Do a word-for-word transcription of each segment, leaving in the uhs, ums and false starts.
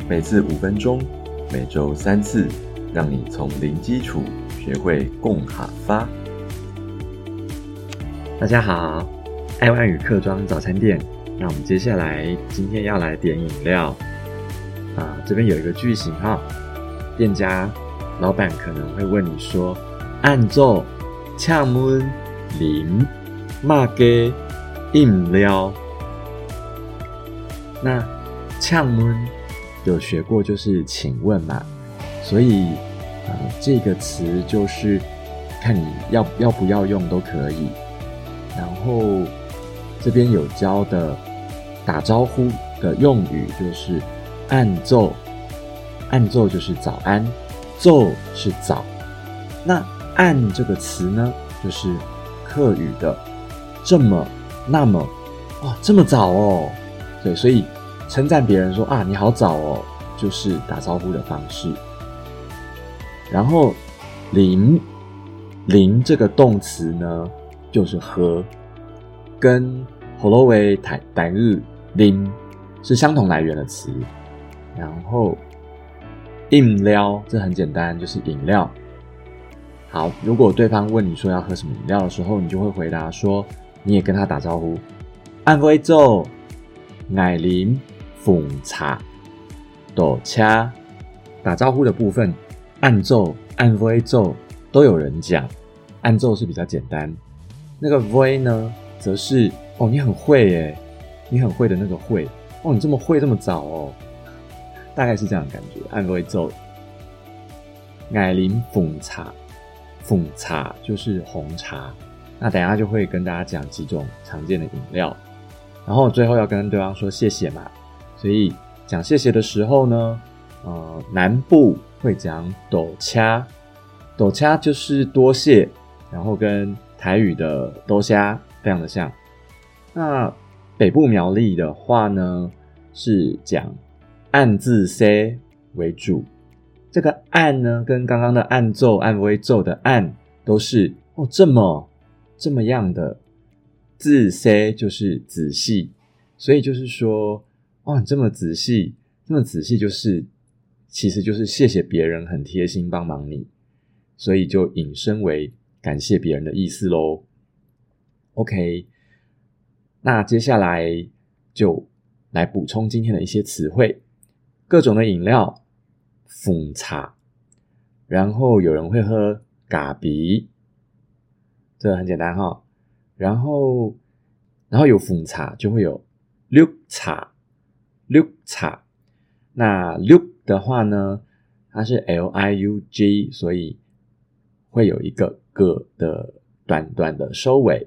每次五分钟，每周三次，让你从零基础学会共哈发。 大家好，爱万语客庄早餐店。那我们接下来今天要来点饮料啊，这边有一个句型哈，店家老板可能会问你说，按做呛门啉嘛嘅饮料。那呛门有学过就是请问嘛，所以呃这个词就是看你要要不要用都可以。然后这边有教的打招呼的用语就是按奏，按奏就是早安，奏是早。那按这个词呢，就是客语的这么那么，哇，这么早哦。对，所以称赞别人说啊你好早哦，就是打招呼的方式。然后啉，啉这个动词呢就是喝，跟火罗维台台日啉是相同来源的词。然后饮料这很简单，就是饮料。好，如果对方问你说要喝什么饮料的时候，你就会回答说，你也跟他打招呼，按会做爱啉奉茶倒车。打招呼的部分，按奏按会奏都有人讲，按奏是比较简单，那个 voi 呢则是哦你很会耶，你很会的那个会，哦你这么会这么早哦，大概是这样的感觉。按 voi 奏爱啉奉茶，奉茶就是红茶。那等一下就会跟大家讲几种常见的饮料，然后最后要跟对方说谢谢嘛，所以讲谢谢的时候呢呃，南部会讲斗掐，斗掐就是多谢，然后跟台语的多虾非常的像。那北部苗栗的话呢，是讲按字 C 为主。这个按呢，跟刚刚的按奏、按微奏的按都是哦这么这么样的，字 C 就是仔细，所以就是说，哦你这么仔细，这么仔细就是其实就是谢谢别人很贴心帮忙你，所以就引申为感谢别人的意思咯。 OK， 那接下来就来补充今天的一些词汇。各种的饮料，奉茶，然后有人会喝咖啡，这很简单齁。然后然后有奉茶就会有绿茶，绿茶。那绿的话呢，它是 L I U G， 所以会有一个个的短短的收尾。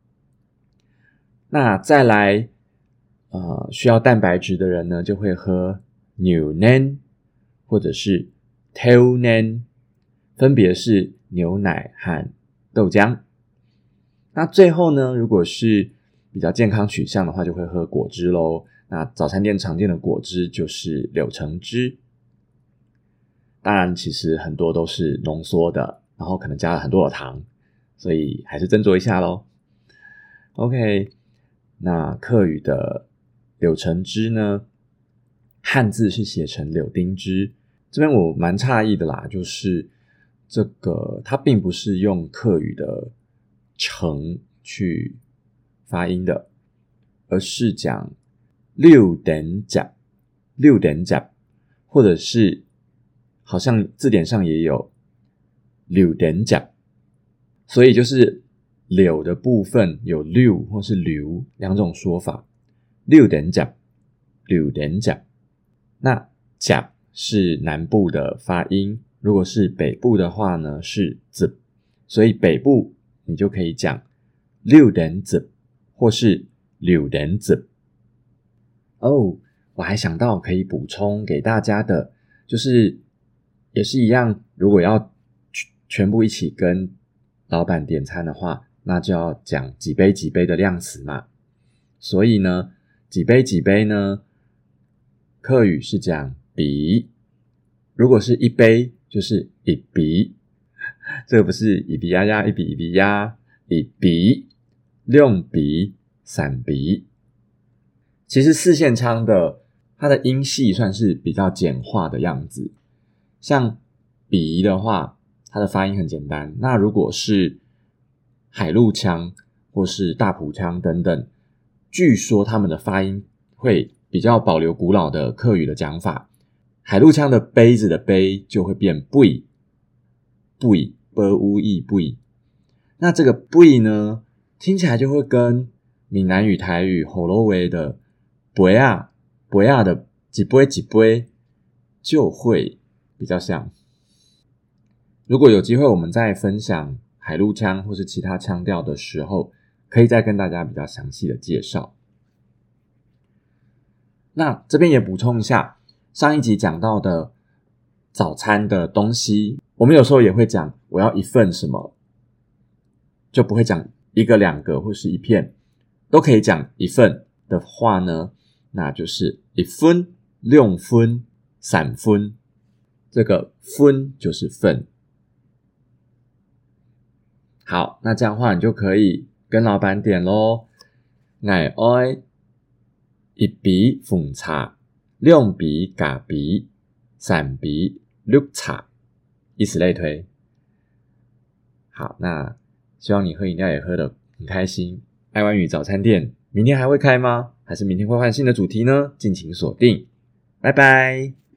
那再来呃，需要蛋白质的人呢，就会喝牛奶或者是 豆奶，分别是牛奶和豆浆。那最后呢，如果是比较健康取向的话，就会喝果汁咯。那早餐店常见的果汁就是柳橙汁，当然其实很多都是浓缩的，然后可能加了很多的糖，所以还是斟酌一下咯。 OK， 那客语的柳橙汁呢，汉字是写成柳丁汁。这边我蛮诧异的啦，就是这个它并不是用客语的橙去发音的，而是讲六点甲，六点甲，或者是好像字典上也有柳点甲，所以就是柳的部分有六或是流两种说法，六点甲，六点甲。那甲是南部的发音，如果是北部的话呢是子，所以北部你就可以讲六点子或是六点子。哦，我还想到可以补充给大家的，就是也是一样，如果要全部一起跟老板点餐的话，那就要讲几杯几杯的量词嘛。所以呢，几杯几杯呢，客语是讲比，如果是一杯就是一比，这个不是一比呀呀，一比一比呀，一比，两比，三比。其实四线腔的它的音系算是比较简化的样子。像比夷的话，它的发音很简单。那如果是海陆腔或是大埔腔等等，据说他们的发音会比较保留古老的客语的讲法。海陆腔的杯子的杯就会变 bui bui bui bui。那这个 bui 呢，听起来就会跟闽南语台语吼罗维的杯啊杯啊的几杯几杯就会比较像。如果有机会我们在分享海陆腔或是其他腔调的时候，可以再跟大家比较详细的介绍。那这边也补充一下，上一集讲到的早餐的东西，我们有时候也会讲我要一份什么，就不会讲一个两个或是一片，都可以讲一份的话呢，那就是一分、两分、三分，这个分就是份。好，那这样的话你就可以跟老板点咯，我要一杯奉茶，两杯咖啡，三杯绿茶，以此类推。好，那希望你喝饮料也喝得很开心。爱湾语早餐店明天还会开吗？还是明天会换新的主题呢？敬请锁定，拜拜。